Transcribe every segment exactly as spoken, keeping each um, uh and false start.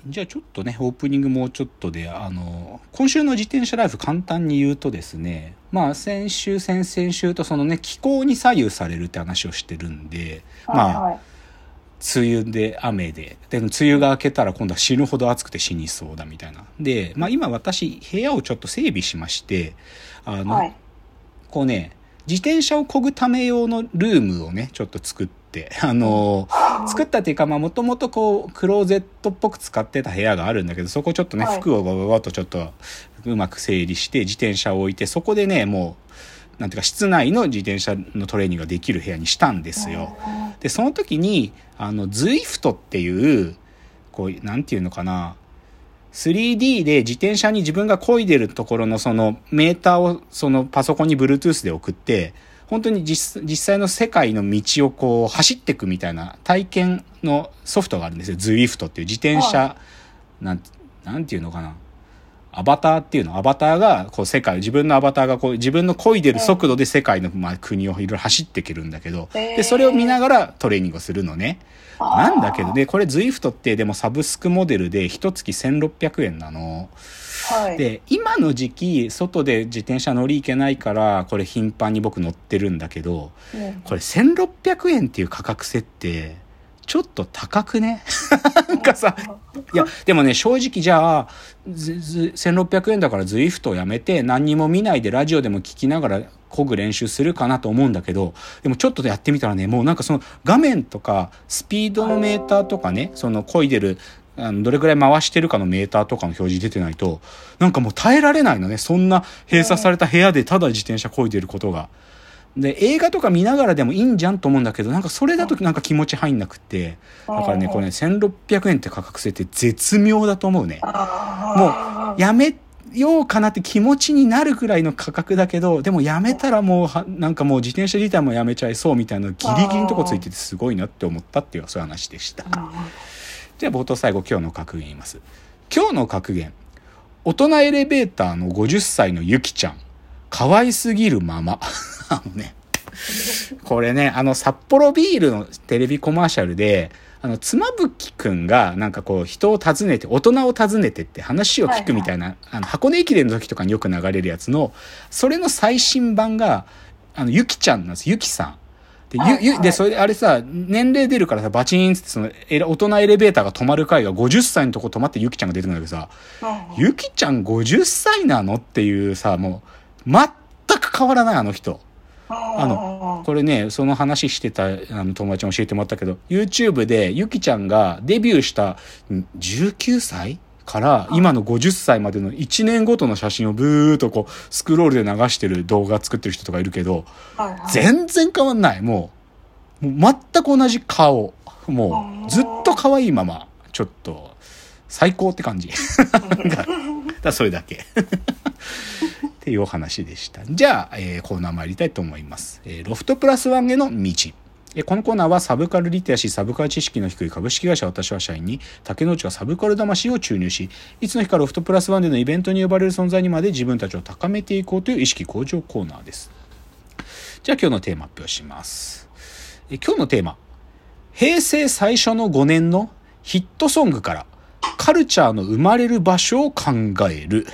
じゃあちょっとねオープニングもうちょっとで、あの今週の自転車ライフ簡単に言うとですね、まあ先週先々週とそのね気候に左右されるって話をしてるんで、 はいまあはい梅雨で雨でで梅雨が明けたら今度は死ぬほど暑くて死にそうだみたいなで、まあ今私部屋をちょっと整備しまして、あの、 はい。 こうね自転車を漕ぐため用のルームをねちょっと作って、あの作ったっていうか、まあもともとこうクローゼットっぽく使ってた部屋があるんだけど、そこちょっとねはい服をバババッとちょっとうまく整理して自転車を置いて、そこでねもうなんていうか室内の自転車のトレーニングができる部屋にしたんですよ。でその時にあの Zwift っていうこうなんていうのかな、スリーディー で自転車に自分が漕いでるところのそのメーターをそのパソコンに Bluetooth で送って、本当に 実, 実際の世界の道をこう走っていくみたいな体験のソフトがあるんですよ。 Zwift っていう自転車、 はなん、なんていうのかな、アバターっていうの、アバターがこう世界、自分のアバターがこう自分の漕いでる速度で世界のまあ国をいろいろ走っていけるんだけど、でそれを見ながらトレーニングをするのね。なんだけどね、これ Zwift ってでもサブスクモデルで一月せんろっぴゃくえんなの。 はい。 で今の時期外で自転車乗り行けないからこれ頻繁に僕乗ってるんだけど、 うんこれせんろっぴゃくえんっていう価格設定ちょっと高くねなんかさ、いやでもね正直じゃあずずせんろっぴゃくえんだから Zwift をやめて何にも見ないでラジオでも聞きながら漕ぐ練習するかなと思うんだけど、でもちょっとやってみたらね、もうなんかその画面とかスピードのメーターとかね、その漕いでるあのどれくらい回してるかのメーターとかの表示出てないとなんかもう耐えられないのね、そんな閉鎖された部屋でただ自転車漕いでることが。で映画とか見ながらでもいいんじゃんと思うんだけど、なんかそれだとなんか気持ち入んなくて、だからねこれねせんろっぴゃくえんって価格設定絶妙だと思うね。もうやめようかなって気持ちになるくらいの価格だけど、でもやめたらもうはなんかもう自転車自体もやめちゃいそうみたいなギリギリのとこついててすごいなって思ったっていうそういう話でした。じゃあ冒頭最後今日の格言言います。今日の格言、大人エレベーターのごじゅっさいのゆきちゃん可愛すぎるままあのねこれねあの札幌ビールのテレビコマーシャルであの妻夫木くんがなんかこう人を訪ねて大人を訪ねてって話を聞くみたいな、はいはい、あの箱根駅伝の時とかによく流れるやつのそれの最新版があのゆきちゃんなんです。ゆきさんで、ゆゆでそれあれさ年齢出るからさバチーンってその大人エレベーターが止まる回がごじゅっさいのとこ止まってゆきちゃんが出てくるんだけどさ、ゆきちゃんごじゅっさいなのっていうさ、もう全く変わらないあの人。あのこれねその話してたあの友達に教えてもらったけど YouTube でゆきちゃんがデビューしたじゅうきゅうさいから今のごじゅっさいまでのいちねんごとの写真をブーっとこうスクロールで流してる動画作ってる人とかいるけど、全然変わんない。もう、もう全く同じ顔、もうずっと可愛いままちょっと最高って感じだそれだけっていうお話でした。じゃあ、えー、コーナー参りたいと思います。えー、ロフトプラスワンへの道。えー、このコーナーはサブカルリテラシー、サブカル知識の低い株式会社私は社員に竹之内がサブカル魂を注入し、いつの日かロフトプラスワンでのイベントに呼ばれる存在にまで自分たちを高めていこうという意識向上コーナーです。じゃあ今日のテーマ発表します。えー、今日のテーマ、平成最初のごねんのヒットソングからカルチャーの生まれる場所を考える。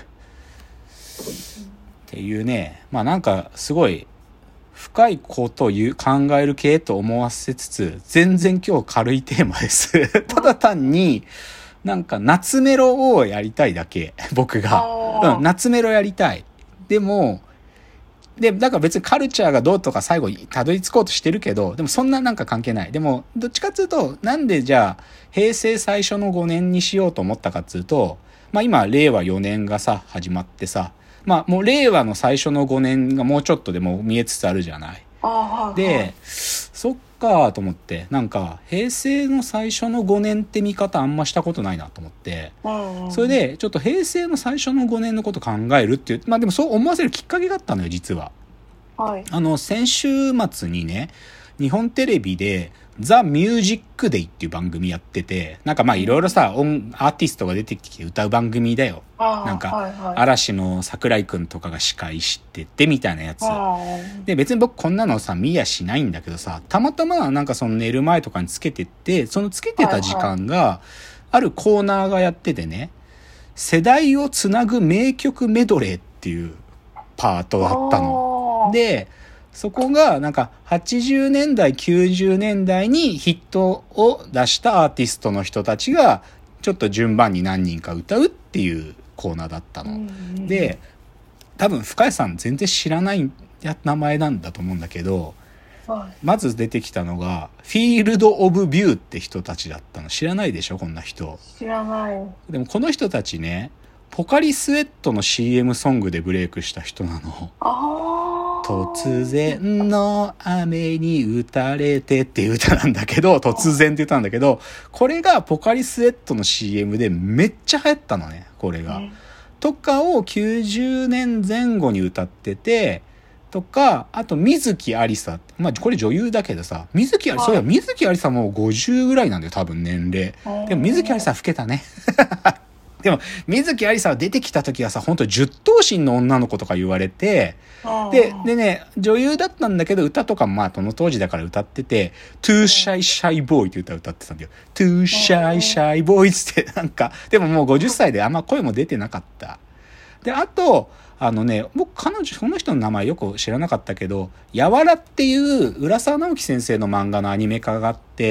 っていうね、まあなんかすごい深いことを言う考える系と思わせつつ全然今日軽いテーマですただ単になんか夏メロをやりたいだけ僕が、うん、夏メロやりたい。でもでだから別にカルチャーがどうとか最後にたどり着こうとしてるけど、でもそんななんか関係ない。でもどっちかっていうとなんでじゃあ平成最初のごねんにしようと思ったかっていうと、まあ今令和よねんがさ始まってさ、まあもう令和の最初のごねんがもうちょっとでも見えつつあるじゃない。で、そっかと思って、なんか平成の最初のごねんって見方あんましたことないなと思って、それでちょっと平成の最初のごねんのこと考えるっていう、まあでもそう思わせるきっかけがあったのよ実は。はい、あの先週末にね日本テレビでザ・ミュージックデイっていう番組やってて、なんかまあいろいろさ、音、アーティストが出てきて歌う番組だよ。なんか、はいはい、嵐の桜井くんとかが司会しててみたいなやつ。で、別に僕こんなのさ、見やしないんだけどさ、たまたまなんかその寝る前とかにつけてって、そのつけてた時間が、はいはい、 あるコーナーがやっててね、世代をつなぐ名曲メドレーっていうパートだったの。で、そこがなんかはちじゅうねんだい、きゅうじゅうねんだいにヒットを出したアーティストの人たちがちょっと順番に何人か歌うっていうコーナーだったの。で、多分深谷さん全然知らない名前なんだと思うんだけど、まず出てきたのがフィールド・オブ・ビューって人たちだったの。知らないでしょこんな人。 知らない。 でもこの人たちね、ポカリスエットの シーエム ソングでブレイクした人なの。 あ突然の雨に打たれてっていう歌なんだけど、突然って歌なんだけど、これがポカリスエットの シーエム でめっちゃ流行ったのね、これが。とかをきゅうじゅうねんぜん後に歌ってて、とか、あと水木有沙。まあこれ女優だけどさ、水木有沙、そういや水木有沙もうごじゅうぐらいなんだよ、多分年齢。でも水木有沙老けたね。でも水木有沙は出てきた時はさ、ほんと十頭身の女の子とか言われて、で、でね、女優だったんだけど歌とかもまあその当時だから歌ってて、Too Shy Shy Boy って歌歌ってたんだよ。Too Shy Shy Boy ってなんか、でももうごじゅっさいであんま声も出てなかった。で、あと、あのね、僕彼女、その人の名前よく知らなかったけど、やわらっていう浦沢直樹先生の漫画のアニメ化があって、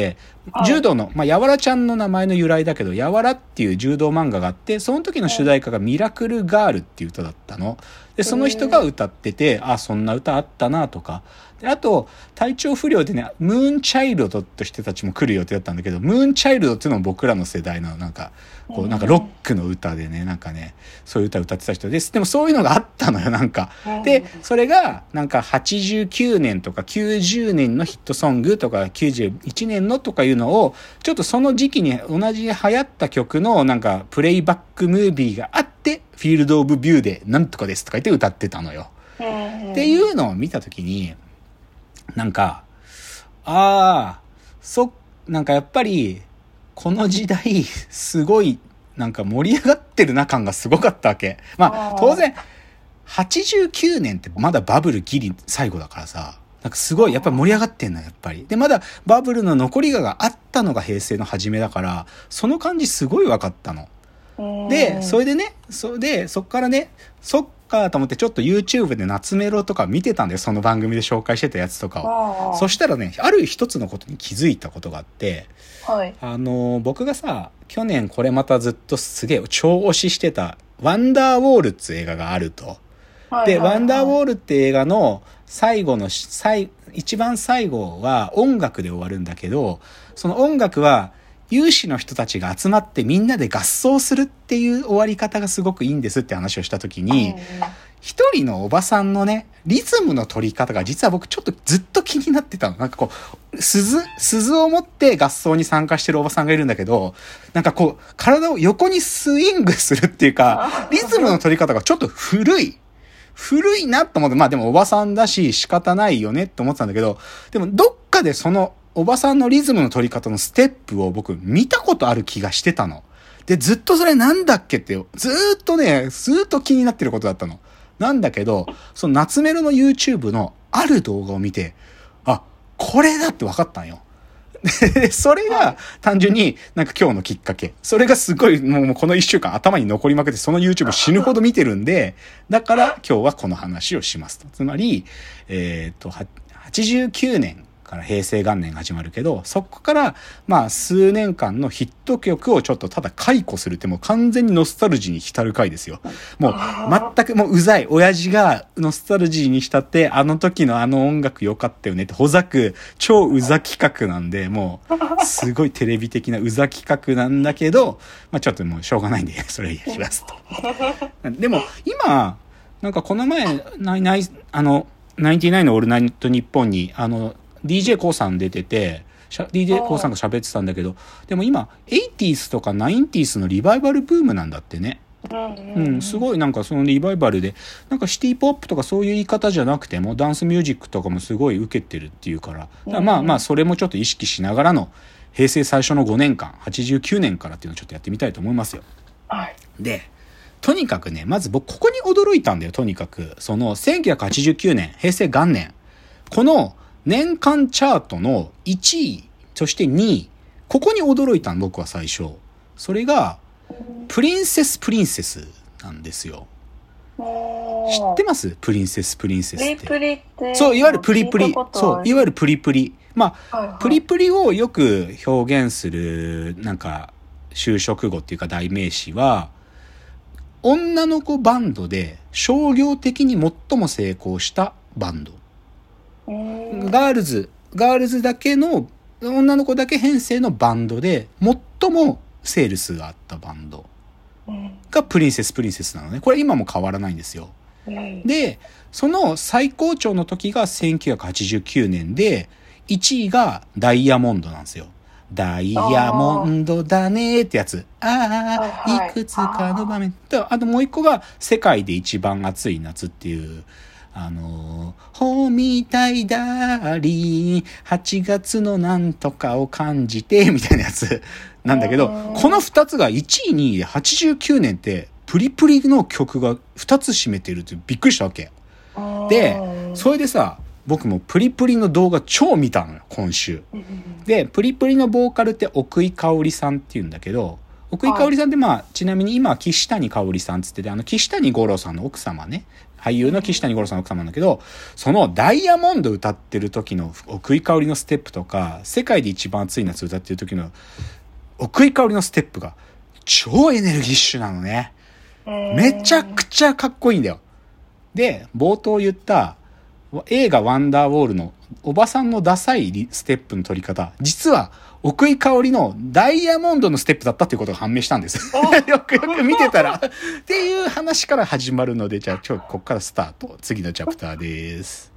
柔道の、まあ、やわらちゃんの名前の由来だけど、やわらっていう柔道漫画があって、その時の主題歌がミラクルガールっていう歌だったの。で、その人が歌ってて、あ、そんな歌あったなとか。で、あと、体調不良でね、ムーンチャイルドって人たちも来る予定だったんだけど、ムーンチャイルドっていうのも僕らの世代のなんか、こうなんかロックの歌でね、なんかね、そういう歌歌ってた人です。でもそういうのがあったのよ、なんか。で、それがなんかはちじゅうきゅうねんとかきゅうじゅうねんのヒットソングとかきゅうじゅういちねんのとかいうのを、ちょっとその時期に同じ流行った曲のなんかプレイバックムービーがあって、フィールド・オブ・ビューでなんとかですとか言って歌ってたのよ。っていうのを見たときに、なんか、ああ、そ、なんかやっぱり、この時代、すごい、なんか盛り上がってるな感がすごかったわけ。まあ、当然、はちじゅうきゅうねんってまだバブルギリ最後だからさ、なんかすごい、やっぱり盛り上がってんの、やっぱり。で、まだバブルの残りががあったのが平成の初めだから、その感じすごい分かったの。で、それでね、それで、そっからね、そっかと思ってちょっと YouTube で夏メロとか見てたんだよ。その番組で紹介してたやつとかを。そしたらね、ある一つのことに気づいたことがあって、 はい、 あの、僕がさ、去年これまたずっとすげえ超推ししてた、ワンダーウォールっていう映画があると。で、ワンダーウォールって映画の最後の、最、一番最後は音楽で終わるんだけど、その音楽は、有志の人たちが集まってみんなで合奏するっていう終わり方がすごくいいんですって話をしたときに、一人のおばさんのね、リズムの取り方が実は僕ちょっとずっと気になってたの。なんかこう、鈴、鈴を持って合奏に参加してるおばさんがいるんだけど、なんかこう、体を横にスイングするっていうか、リズムの取り方がちょっと古い。古いなと思って、まあでもおばさんだし仕方ないよねって思ってたんだけど、でもどっかでそのおばさんのリズムの取り方のステップを僕見たことある気がしてたの。で、ずっとそれなんだっけって、ずーっとね、ずーっと気になってることだったの。なんだけど、その夏メロの YouTube のある動画を見て、あ、これだって分かったんよ。で、それが単純になんか今日のきっかけ。それがすごいもうこの一週間頭に残りまくってその YouTube 死ぬほど見てるんで、だから今日はこの話をしますと。つまり、えっと、はちじゅうきゅうねんから平成元年が始まるけど、そこからまあ数年間のヒット曲をちょっとただ解雇するってもう完全にノスタルジーに浸る回ですよ。もう全くもううざい親父がノスタルジーに浸ってあの時のあの音楽良かったよねってほざく超うざ企画なんで、もうすごいテレビ的なうざ企画なんだけど、まあちょっともうしょうがないんでそれやりますと。でも今なんかこの前ないないあのナインティナインのオールナイトニッポンにあのディージェー コウさん出てて、ディージェー コウさんが喋ってたんだけど、でも今、エイティースとかナインティースのリバイバルブームなんだってね。うん、すごいなんかそのリバイバルで、なんかシティポップとかそういう言い方じゃなくても、ダンスミュージックとかもすごい受けてるっていうから、からまあまあそれもちょっと意識しながらの、平成最初のごねんかん、はちじゅうきゅうねんからっていうのをちょっとやってみたいと思いますよ。 はい、 で、とにかくね、まず僕ここに驚いたんだよ、とにかく。そのせんきゅうひゃくはちじゅうきゅうねん、平成元年。この、年間チャートのいちい、そしてにい、ここに驚いたの僕は最初。 それがプリンセスプリンセスなんですよ。知ってます？プリンセスプリンセスって。 プリプリって。 そう、いわゆるプリプリ。そう、いわゆるプリプリ。まあ、はいはい、プリプリをよく表現する、なんか、修飾語っていうか代名詞は、女の子バンドで商業的に最も成功したバンド。ガールズ、ガールズだけの、女の子だけ編成のバンドで最もセールスがあったバンドがプリンセスプリンセスなのね。これ今も変わらないんですよ。で、その最高潮の時がせんきゅうひゃくはちじゅうきゅうねんで、いちいがダイヤモンドなんですよ。ダイヤモンドだねってやつ。ああ、いくつかの場面。あともう一個が世界で一番暑い夏っていう、あのー、ほみたいだーりー、はちがつのなんとかを感じて、みたいなやつなんだけど、この二つがいちいにいではちじゅうきゅうねんってプリプリの曲が二つ占めてるってびっくりしたわけ。で、それでさ、僕もプリプリの動画超見たのよ、今週。で、プリプリのボーカルって奥井香織さんって言うんだけど、奥井香織さんってまあ、ちなみに今は岸谷香織さんつってて、あの、岸谷五郎さんの奥様ね、俳優の岸谷五郎さんの奥様なんだけど、そのダイヤモンド歌ってる時の奥井香織のステップとか、世界で一番熱い夏歌ってる時の奥井香織のステップが超エネルギッシュなのね。めちゃくちゃかっこいいんだよ。で、冒頭言った、映画ワンダーウォールのおばさんのダサいステップの取り方、実は奥井香織のダイヤモンドのステップだったっていうことが判明したんです。よくよく見てたらっていう話から始まるので、じゃあ今日ここからスタート。次のチャプターです。